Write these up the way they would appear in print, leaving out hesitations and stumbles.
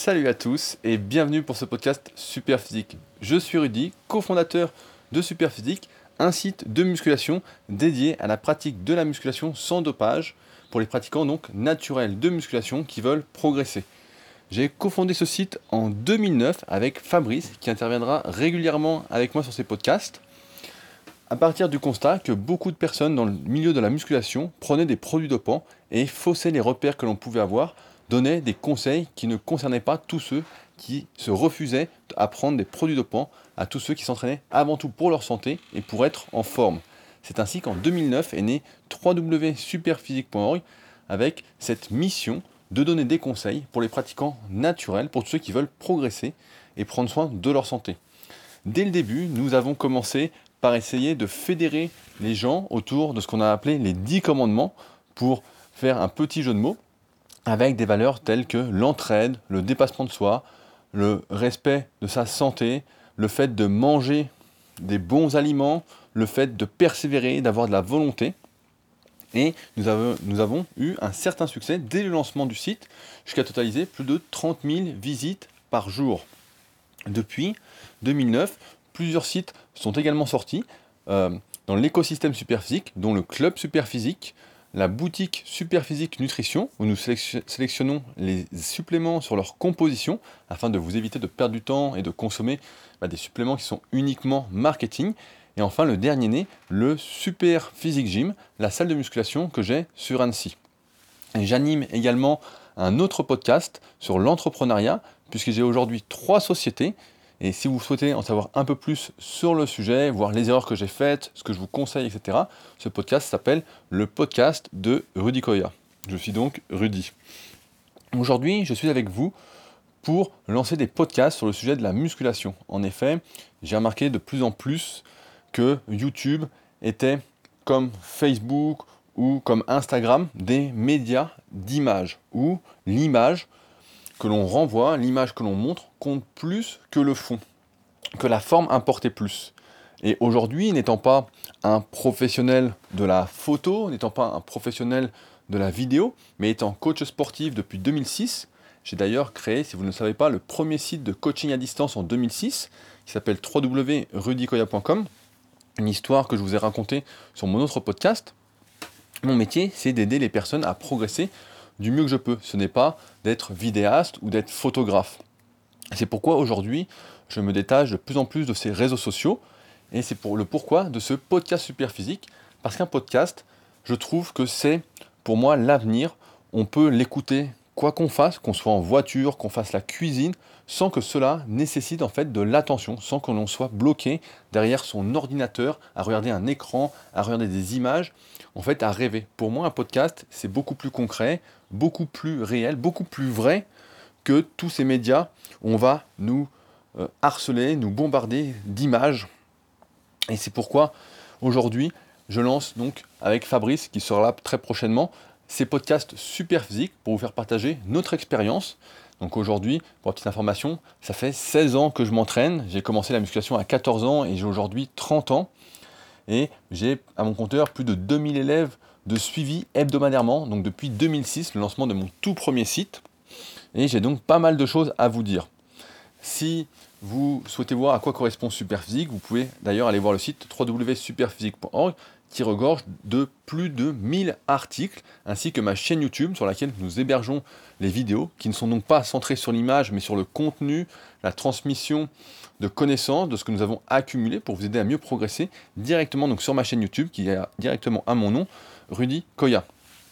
Salut à tous et bienvenue pour ce podcast Superphysique. Je suis Rudy, cofondateur de Superphysique, un site de musculation dédié à la pratique de la musculation sans dopage pour les pratiquants donc naturels de musculation qui veulent progresser. J'ai cofondé ce site en 2009 avec Fabrice qui interviendra régulièrement avec moi sur ces podcasts à partir du constat que beaucoup de personnes dans le milieu de la musculation prenaient des produits dopants et faussaient les repères que l'on pouvait avoir, donnaient des conseils qui ne concernaient pas tous ceux qui se refusaient à prendre des produits dopants, à tous ceux qui s'entraînaient avant tout pour leur santé et pour être en forme. C'est ainsi qu'en 2009 est né www.superphysique.org avec cette mission de donner des conseils pour les pratiquants naturels, pour tous ceux qui veulent progresser et prendre soin de leur santé. Dès le début, nous avons commencé par essayer de fédérer les gens autour de ce qu'on a appelé les 10 commandements pour faire un petit jeu de mots avec des valeurs telles que l'entraide, le dépassement de soi, le respect de sa santé, le fait de manger des bons aliments, le fait de persévérer, d'avoir de la volonté. Et nous avons eu un certain succès dès le lancement du site, jusqu'à totaliser plus de 30 000 visites par jour. Depuis 2009, plusieurs sites sont également sortis dans l'écosystème Superphysique, dont le Club Superphysique, la boutique Superphysique Nutrition, où nous sélectionnons les suppléments sur leur composition, afin de vous éviter de perdre du temps et de consommer des suppléments qui sont uniquement marketing. Et enfin, le dernier né, le Superphysique Gym, la salle de musculation que j'ai sur Annecy. Et j'anime également un autre podcast sur l'entrepreneuriat, puisque j'ai aujourd'hui 3 sociétés. Et si vous souhaitez en savoir un peu plus sur le sujet, voir les erreurs que j'ai faites, ce que je vous conseille, etc., ce podcast s'appelle le podcast de Rudy Koya. Je suis donc Rudy. Aujourd'hui, je suis avec vous pour lancer des podcasts sur le sujet de la musculation. En effet, j'ai remarqué de plus en plus que YouTube était comme Facebook ou comme Instagram des médias d'images, où l'image que l'on renvoie, l'image que l'on montre, compte plus que le fond, que la forme importait plus. Et aujourd'hui, n'étant pas un professionnel de la photo, n'étant pas un professionnel de la vidéo, mais étant coach sportif depuis 2006, j'ai d'ailleurs créé, si vous ne le savez pas, le premier site de coaching à distance en 2006, qui s'appelle www.rudykoya.com, une histoire que je vous ai racontée sur mon autre podcast. Mon métier, c'est d'aider les personnes à progresser du mieux que je peux. Ce n'est pas d'être vidéaste ou d'être photographe. C'est pourquoi aujourd'hui, je me détache de plus en plus de ces réseaux sociaux. Et c'est pour le pourquoi de ce podcast Superphysique. Parce qu'un podcast, je trouve que c'est pour moi l'avenir. On peut l'écouter quoi qu'on fasse, qu'on soit en voiture, qu'on fasse la cuisine, sans que cela nécessite en fait de l'attention, sans que l'on soit bloqué derrière son ordinateur, à regarder un écran, à regarder des images, en fait à rêver. Pour moi, un podcast, c'est beaucoup plus concret, beaucoup plus réel, beaucoup plus vrai que tous ces médias où on va nous harceler, nous bombarder d'images. Et c'est pourquoi aujourd'hui, je lance donc avec Fabrice, qui sera là très prochainement, ces podcasts Superphysique pour vous faire partager notre expérience. Donc aujourd'hui, pour la petite information, ça fait 16 ans que je m'entraîne. J'ai commencé la musculation à 14 ans et j'ai aujourd'hui 30 ans. Et j'ai à mon compteur plus de 2000 élèves de suivi hebdomadairement, donc depuis 2006, le lancement de mon tout premier site. Et j'ai donc pas mal de choses à vous dire. Si vous souhaitez voir à quoi correspond Superphysique, vous pouvez d'ailleurs aller voir le site www.superphysique.org qui regorge de plus de 1000 articles, ainsi que ma chaîne YouTube sur laquelle nous hébergeons les vidéos, qui ne sont donc pas centrées sur l'image, mais sur le contenu, la transmission de connaissances, de ce que nous avons accumulé pour vous aider à mieux progresser, directement donc sur ma chaîne YouTube, qui est directement à mon nom, Rudy Koya.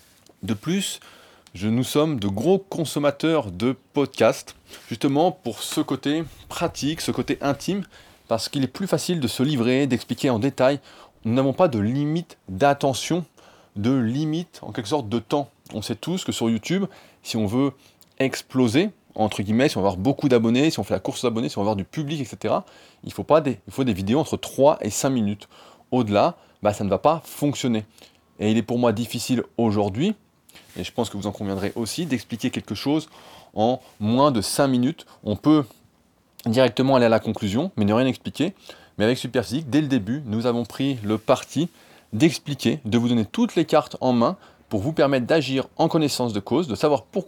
De plus, nous sommes de gros consommateurs de podcasts, justement pour ce côté pratique, ce côté intime, parce qu'il est plus facile de se livrer, d'expliquer en détail. Nous n'avons pas de limite d'attention, de limite en quelque sorte de temps. On sait tous que sur YouTube, si on veut exploser, entre guillemets, si on veut avoir beaucoup d'abonnés, si on fait la course aux abonnés, si on veut avoir du public, etc., il faut des vidéos entre 3 et 5 minutes. Au-delà, ça ne va pas fonctionner. Et il est pour moi difficile aujourd'hui, et je pense que vous en conviendrez aussi, d'expliquer quelque chose en moins de 5 minutes. On peut directement aller à la conclusion, mais ne rien expliquer. Mais avec Superphysique, dès le début, nous avons pris le parti d'expliquer, de vous donner toutes les cartes en main pour vous permettre d'agir en connaissance de cause, de savoir pourquoi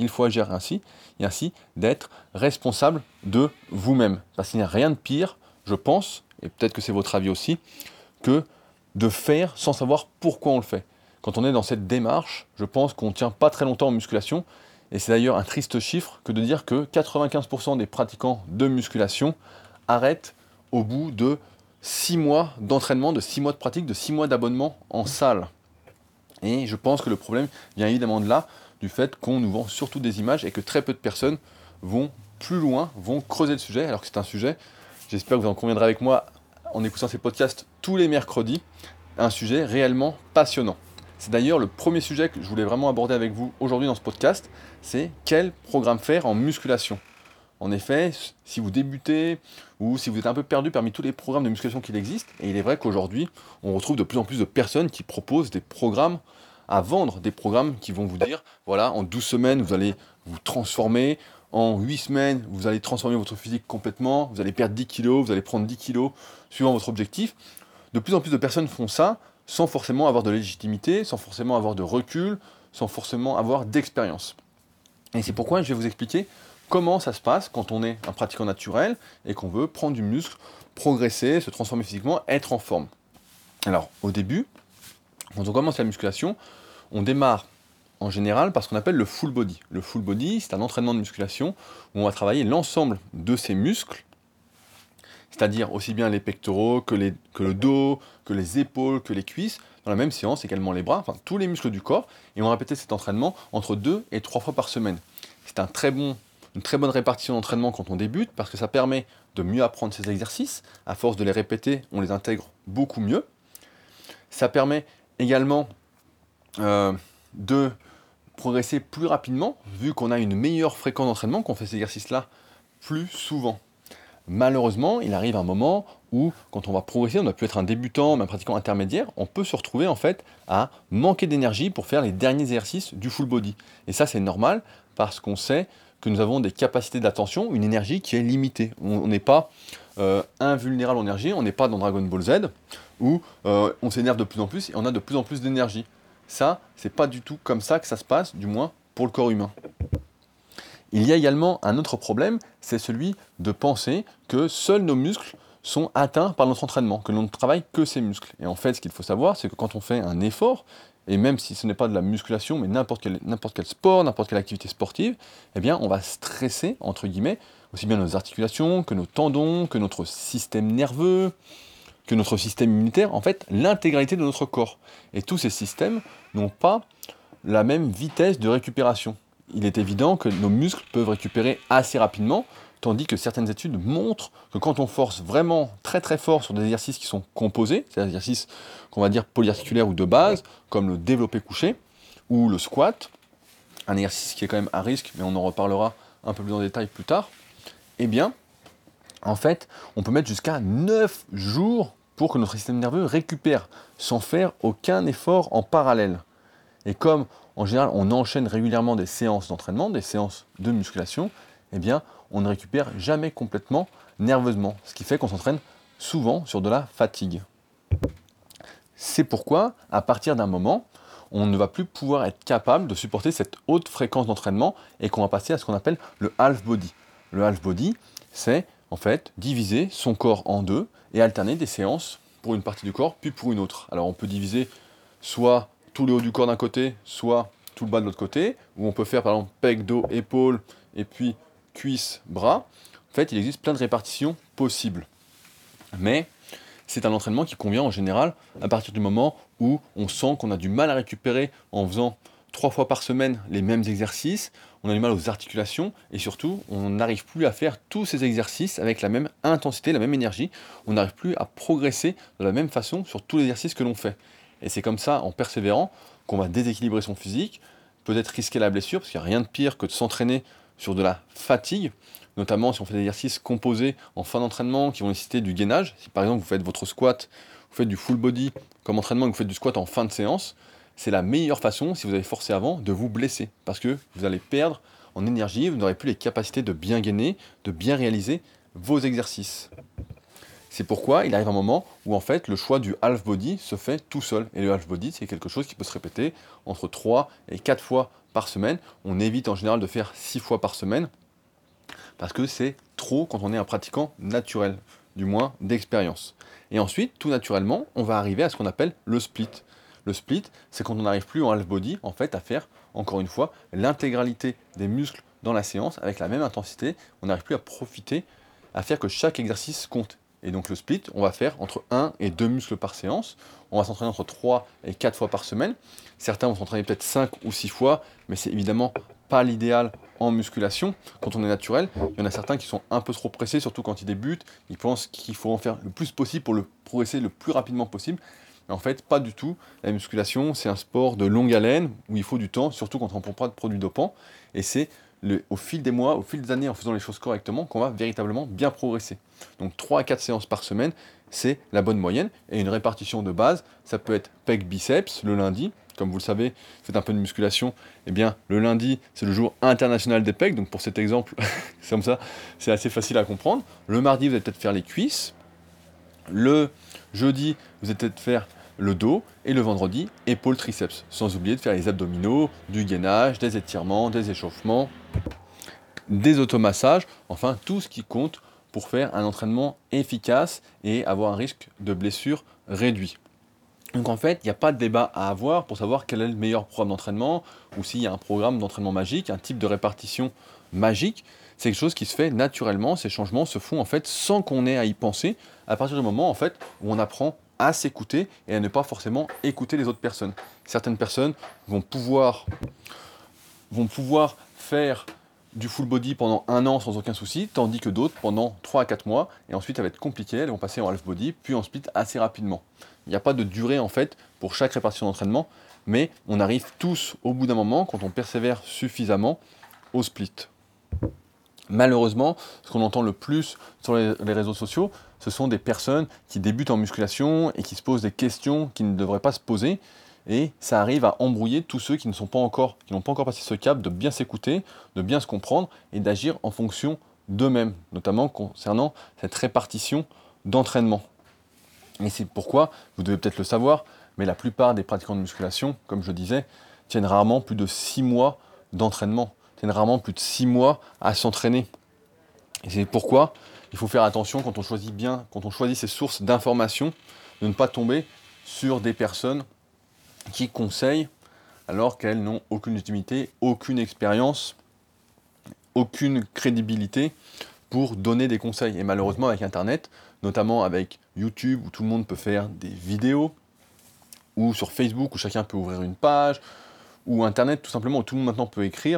il faut agir ainsi, et ainsi d'être responsable de vous-même. Parce qu'il n'y a rien de pire, je pense, et peut-être que c'est votre avis aussi, que de faire sans savoir pourquoi on le fait. Quand on est dans cette démarche, je pense qu'on ne tient pas très longtemps en musculation, et c'est d'ailleurs un triste chiffre que de dire que 95% des pratiquants de musculation arrêtent au bout de 6 mois d'entraînement, de 6 mois de pratique, de 6 mois d'abonnement en salle. Et je pense que le problème vient évidemment de là, du fait qu'on nous vend surtout des images et que très peu de personnes vont plus loin, vont creuser le sujet, alors que c'est un sujet, j'espère que vous en conviendrez avec moi en écoutant ces podcasts tous les mercredis, un sujet réellement passionnant. C'est d'ailleurs le premier sujet que je voulais vraiment aborder avec vous aujourd'hui dans ce podcast, c'est quel programme faire en musculation. En effet, si vous débutez ou si vous êtes un peu perdu parmi tous les programmes de musculation qu'il existe, et il est vrai qu'aujourd'hui, on retrouve de plus en plus de personnes qui proposent des programmes à vendre, des programmes qui vont vous dire, voilà, en 12 semaines, vous allez vous transformer, en 8 semaines, vous allez transformer votre physique complètement, vous allez perdre 10 kilos, vous allez prendre 10 kilos suivant votre objectif. De plus en plus de personnes font ça sans forcément avoir de légitimité, sans forcément avoir de recul, sans forcément avoir d'expérience. Et c'est pourquoi je vais vous expliquer comment ça se passe quand on est un pratiquant naturel et qu'on veut prendre du muscle, progresser, se transformer physiquement, être en forme. Alors, au début, quand on commence la musculation, on démarre en général par ce qu'on appelle le full body. Le full body, c'est un entraînement de musculation où on va travailler l'ensemble de ses muscles, c'est-à-dire aussi bien les pectoraux que le dos, que les épaules, que les cuisses, dans la même séance, également les bras, enfin tous les muscles du corps, et on va répéter cet entraînement entre 2 et 3 fois par semaine. C'est une très bonne répartition d'entraînement quand on débute, parce que ça permet de mieux apprendre ces exercices. À force de les répéter, on les intègre beaucoup mieux. Ça permet également de progresser plus rapidement, vu qu'on a une meilleure fréquence d'entraînement, qu'on fait ces exercices-là plus souvent. Malheureusement, il arrive un moment où, quand on va progresser, on a pu être un débutant, mais un pratiquant intermédiaire, on peut se retrouver en fait à manquer d'énergie pour faire les derniers exercices du full body. Et ça, c'est normal, parce qu'on sait que nous avons des capacités d'attention, une énergie qui est limitée. On n'est pas invulnérable en énergie, on n'est pas dans Dragon Ball Z, où on s'énerve de plus en plus et on a de plus en plus d'énergie. Ça, c'est pas du tout comme ça que ça se passe, du moins pour le corps humain. Il y a également un autre problème, c'est celui de penser que seuls nos muscles sont atteints par notre entraînement, que l'on ne travaille que ces muscles. Et en fait, ce qu'il faut savoir, c'est que quand on fait un effort, et même si ce n'est pas de la musculation, mais n'importe quel sport, n'importe quelle activité sportive, eh bien, on va stresser, entre guillemets, aussi bien nos articulations, que nos tendons, que notre système nerveux, que notre système immunitaire, en fait, l'intégralité de notre corps. Et tous ces systèmes n'ont pas la même vitesse de récupération. Il est évident que nos muscles peuvent récupérer assez rapidement, tandis que certaines études montrent que quand on force vraiment très très fort sur des exercices qui sont composés, c'est-à-dire des exercices qu'on va dire polyarticulaires ou de base, comme le développé couché ou le squat, un exercice qui est quand même à risque, mais on en reparlera un peu plus en détail plus tard, eh bien, en fait, on peut mettre jusqu'à 9 jours pour que notre système nerveux récupère, sans faire aucun effort en parallèle. Et comme, en général, on enchaîne régulièrement des séances d'entraînement, des séances de musculation, eh bien, on ne récupère jamais complètement nerveusement, ce qui fait qu'on s'entraîne souvent sur de la fatigue. C'est pourquoi, à partir d'un moment, on ne va plus pouvoir être capable de supporter cette haute fréquence d'entraînement et qu'on va passer à ce qu'on appelle le half body. Le half body, c'est en fait diviser son corps en deux et alterner des séances pour une partie du corps puis pour une autre. Alors on peut diviser soit tout le haut du corps d'un côté, soit tout le bas de l'autre côté, ou on peut faire par exemple pec, dos, épaules, et puis cuisses, bras. En fait, il existe plein de répartitions possibles. Mais c'est un entraînement qui convient en général à partir du moment où on sent qu'on a du mal à récupérer en faisant 3 fois par semaine les mêmes exercices, on a du mal aux articulations, et surtout, on n'arrive plus à faire tous ces exercices avec la même intensité, la même énergie, on n'arrive plus à progresser de la même façon sur tous les exercices que l'on fait. Et c'est comme ça, en persévérant, qu'on va déséquilibrer son physique, peut-être risquer la blessure, parce qu'il n'y a rien de pire que de s'entraîner sur de la fatigue, notamment si on fait des exercices composés en fin d'entraînement qui vont nécessiter du gainage. Si par exemple vous faites votre squat, vous faites du full body comme entraînement et que vous faites du squat en fin de séance, c'est la meilleure façon, si vous avez forcé avant, de vous blesser, parce que vous allez perdre en énergie, vous n'aurez plus les capacités de bien gainer, de bien réaliser vos exercices. C'est pourquoi il arrive un moment où en fait le choix du half body se fait tout seul. Et le half body, c'est quelque chose qui peut se répéter entre 3 et 4 fois par semaine. On évite en général de faire 6 fois par semaine parce que c'est trop quand on est un pratiquant naturel, du moins d'expérience. Et ensuite, tout naturellement, on va arriver à ce qu'on appelle le split. Le split, c'est quand on n'arrive plus en half body, en fait, à faire, encore une fois, l'intégralité des muscles dans la séance avec la même intensité. On n'arrive plus à profiter, à faire que chaque exercice compte. Et donc le split, on va faire entre 1 et 2 muscles par séance. On va s'entraîner entre 3 et 4 fois par semaine. Certains vont s'entraîner peut-être 5 ou 6 fois, mais c'est évidemment pas l'idéal en musculation. Quand on est naturel, il y en a certains qui sont un peu trop pressés, surtout quand ils débutent. Ils pensent qu'il faut en faire le plus possible pour le progresser le plus rapidement possible. Mais en fait, pas du tout. La musculation, c'est un sport de longue haleine où il faut du temps, surtout quand on ne prend pas de produits dopants. Et c'est au fil des mois, au fil des années, en faisant les choses correctement, qu'on va véritablement bien progresser. Donc 3 à 4 séances par semaine, c'est la bonne moyenne. Et une répartition de base, ça peut être pec biceps le lundi. Comme vous le savez, faites un peu de musculation, eh bien le lundi, c'est le jour international des pecs. Donc pour cet exemple, c'est comme ça, c'est assez facile à comprendre. Le mardi, vous allez peut-être faire les cuisses. Le jeudi, vous allez peut-être faire le dos, et le vendredi, épaules, triceps. Sans oublier de faire les abdominaux, du gainage, des étirements, des échauffements, des automassages, enfin tout ce qui compte pour faire un entraînement efficace et avoir un risque de blessure réduit. Donc en fait, il n'y a pas de débat à avoir pour savoir quel est le meilleur programme d'entraînement, ou s'il y a un programme d'entraînement magique, un type de répartition magique. C'est quelque chose qui se fait naturellement, ces changements se font en fait sans qu'on ait à y penser, à partir du moment en fait où on apprend à s'écouter et à ne pas forcément écouter les autres personnes. Certaines personnes vont pouvoir faire du full body pendant 1 an sans aucun souci, tandis que d'autres pendant 3 à 4 mois, et ensuite ça va être compliqué, elles vont passer en half body, puis en split assez rapidement. Il n'y a pas de durée en fait pour chaque répartition d'entraînement, mais on arrive tous au bout d'un moment, quand on persévère suffisamment, au split. Malheureusement, ce qu'on entend le plus sur les réseaux sociaux, ce sont des personnes qui débutent en musculation et qui se posent des questions qui ne devraient pas se poser. Et ça arrive à embrouiller tous ceux qui n'ont pas encore passé ce cap de bien s'écouter, de bien se comprendre et d'agir en fonction d'eux-mêmes, notamment concernant cette répartition d'entraînement. Et c'est pourquoi, vous devez peut-être le savoir, mais la plupart des pratiquants de musculation, comme je disais, tiennent rarement plus de 6 mois d'entraînement, tiennent rarement plus de 6 mois à s'entraîner. Et c'est pourquoi il faut faire attention quand on choisit ses sources d'informations, de ne pas tomber sur des personnes qui conseillent alors qu'elles n'ont aucune légitimité, aucune expérience, aucune crédibilité pour donner des conseils. Et malheureusement avec Internet, notamment avec YouTube où tout le monde peut faire des vidéos, ou sur Facebook où chacun peut ouvrir une page, ou Internet tout simplement où tout le monde maintenant peut écrire,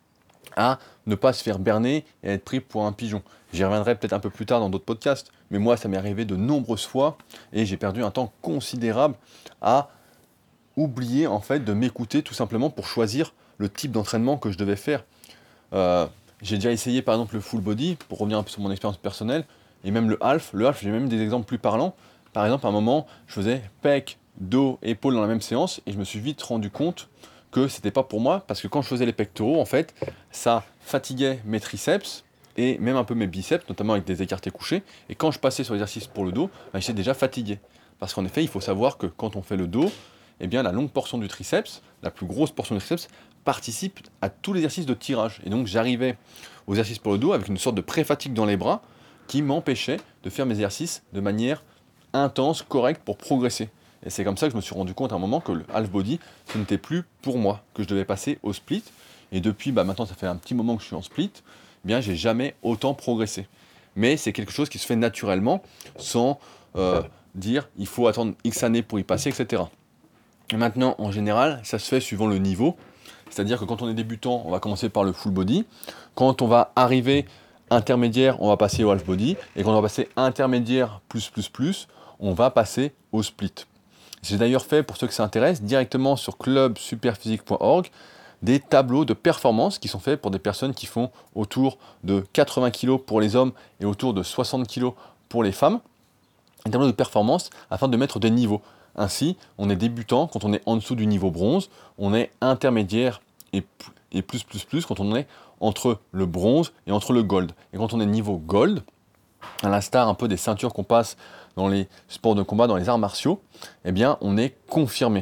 à ne pas se faire berner et être pris pour un pigeon. J'y reviendrai peut-être un peu plus tard dans d'autres podcasts, mais moi ça m'est arrivé de nombreuses fois et j'ai perdu un temps considérable à oublier en fait de m'écouter tout simplement pour choisir le type d'entraînement que je devais faire. J'ai déjà essayé par exemple le full body, pour revenir un peu sur mon expérience personnelle, et même le half, j'ai même des exemples plus parlants. Par exemple, à un moment, je faisais pec, dos, épaules dans la même séance, et je me suis vite rendu compte que c'était pas pour moi, parce que quand je faisais les pectoraux, en fait, ça fatiguait mes triceps, et même un peu mes biceps, notamment avec des écartés couchés, et quand je passais sur l'exercice pour le dos, j'étais déjà fatigué. Parce qu'en effet, il faut savoir que quand on fait le dos, eh bien, la longue portion du triceps, la plus grosse portion du triceps, participe à tout l'exercice de tirage. Et donc j'arrivais aux exercices pour le dos avec une sorte de pré-fatigue dans les bras qui m'empêchait de faire mes exercices de manière intense, correcte pour progresser. Et c'est comme ça que je me suis rendu compte à un moment que le half body, ce n'était plus pour moi, que je devais passer au split. Et depuis, maintenant ça fait un petit moment que je suis en split, eh bien j'ai jamais autant progressé. Mais c'est quelque chose qui se fait naturellement, sans dire il faut attendre X années pour y passer, etc. Et maintenant, en général, ça se fait suivant le niveau. C'est-à-dire que quand on est débutant, on va commencer par le full body. Quand on va arriver intermédiaire, on va passer au half body. Et quand on va passer intermédiaire plus, on va passer au split. J'ai d'ailleurs fait, pour ceux que ça intéresse, directement sur clubsuperphysique.org, des tableaux de performance qui sont faits pour des personnes qui font autour de 80 kg pour les hommes et autour de 60 kg pour les femmes. Un tableau de performance afin de mettre des niveaux. Ainsi, on est débutant quand on est en dessous du niveau bronze, on est intermédiaire et plus quand on est entre le bronze et entre le gold. Et quand on est niveau gold, à l'instar un peu des ceintures qu'on passe dans les sports de combat, dans les arts martiaux, eh bien on est confirmé.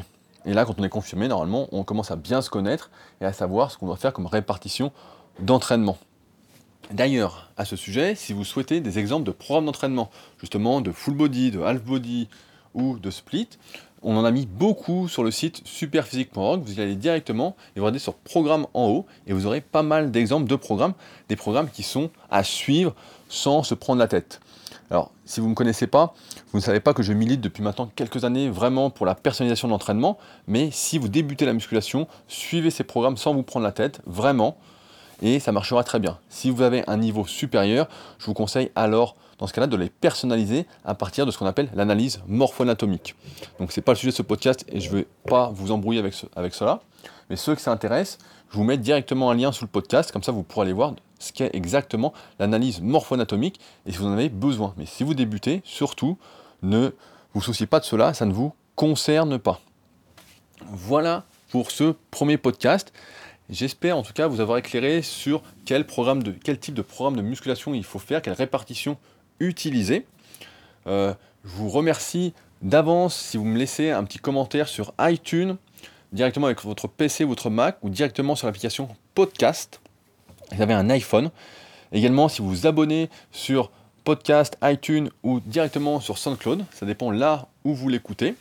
Et là, quand on est confirmé, normalement, on commence à bien se connaître et à savoir ce qu'on doit faire comme répartition d'entraînement. D'ailleurs, à ce sujet, si vous souhaitez des exemples de programmes d'entraînement, justement de full body, de half body ou de split, on en a mis beaucoup sur le site superphysique.org. Vous y allez directement et vous regardez sur programme en haut et vous aurez pas mal d'exemples de programmes, des programmes qui sont à suivre sans se prendre la tête. Alors, si vous ne me connaissez pas, vous ne savez pas que je milite depuis maintenant quelques années vraiment pour la personnalisation de l'entraînement, mais si vous débutez la musculation, suivez ces programmes sans vous prendre la tête, vraiment, et ça marchera très bien. Si vous avez un niveau supérieur, je vous conseille alors, dans ce cas-là, de les personnaliser à partir de ce qu'on appelle l'analyse morpho-anatomique. Donc c'est pas le sujet de ce podcast et je ne vais pas vous embrouiller avec cela, mais ceux que ça intéresse, je vous mets directement un lien sous le podcast, comme ça vous pourrez aller voir ce qu'est exactement l'analyse morpho-anatomique et si vous en avez besoin. Mais si vous débutez, surtout, ne vous souciez pas de cela, ça ne vous concerne pas. Voilà pour ce premier podcast. J'espère en tout cas vous avoir éclairé sur quel type de programme de musculation il faut faire, quelle répartition utiliser. Je vous remercie d'avance si vous me laissez un petit commentaire sur iTunes, directement avec votre PC, votre Mac, ou directement sur l'application Podcast. Vous avez un iPhone. Également, si vous vous abonnez sur Podcast, iTunes ou directement sur SoundCloud, ça dépend là où vous l'écoutez.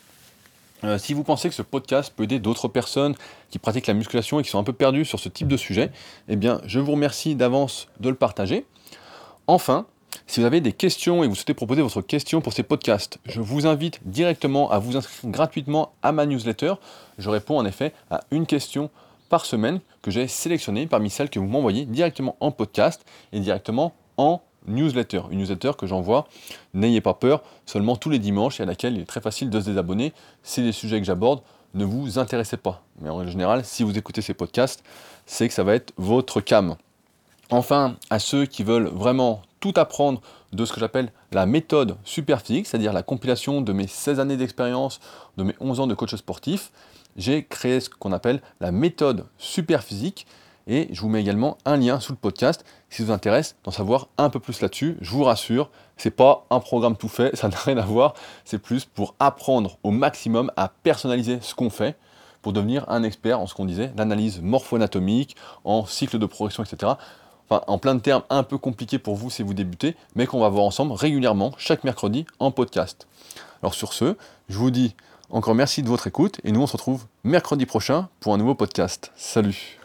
Si vous pensez que ce podcast peut aider d'autres personnes qui pratiquent la musculation et qui sont un peu perdues sur ce type de sujet, eh bien, je vous remercie d'avance de le partager. Enfin, si vous avez des questions et vous souhaitez proposer votre question pour ces podcasts, je vous invite directement à vous inscrire gratuitement à ma newsletter. Je réponds en effet à une question par semaine que j'ai sélectionnée parmi celles que vous m'envoyez directement en podcast et directement en newsletter. Une newsletter que j'envoie, n'ayez pas peur, seulement tous les dimanches et à laquelle il est très facile de se désabonner si les sujets que j'aborde ne vous intéressent pas. Mais en général, si vous écoutez ces podcasts, c'est que ça va être votre cam. Enfin, à ceux qui veulent vraiment tout apprendre de ce que j'appelle la méthode Superphysique, c'est-à-dire la compilation de mes 16 années d'expérience, de mes 11 ans de coach sportif, j'ai créé ce qu'on appelle la méthode Superphysique et je vous mets également un lien sous le podcast si ça vous intéresse d'en savoir un peu plus là-dessus. Je vous rassure, c'est pas un programme tout fait, ça n'a rien à voir, c'est plus pour apprendre au maximum à personnaliser ce qu'on fait pour devenir un expert en ce qu'on disait, l'analyse morpho-anatomique, en cycle de progression, etc. Enfin, en plein de termes un peu compliqués pour vous si vous débutez, mais qu'on va voir ensemble régulièrement, chaque mercredi, en podcast. Alors sur ce, je vous dis encore merci de votre écoute, et nous on se retrouve mercredi prochain pour un nouveau podcast. Salut!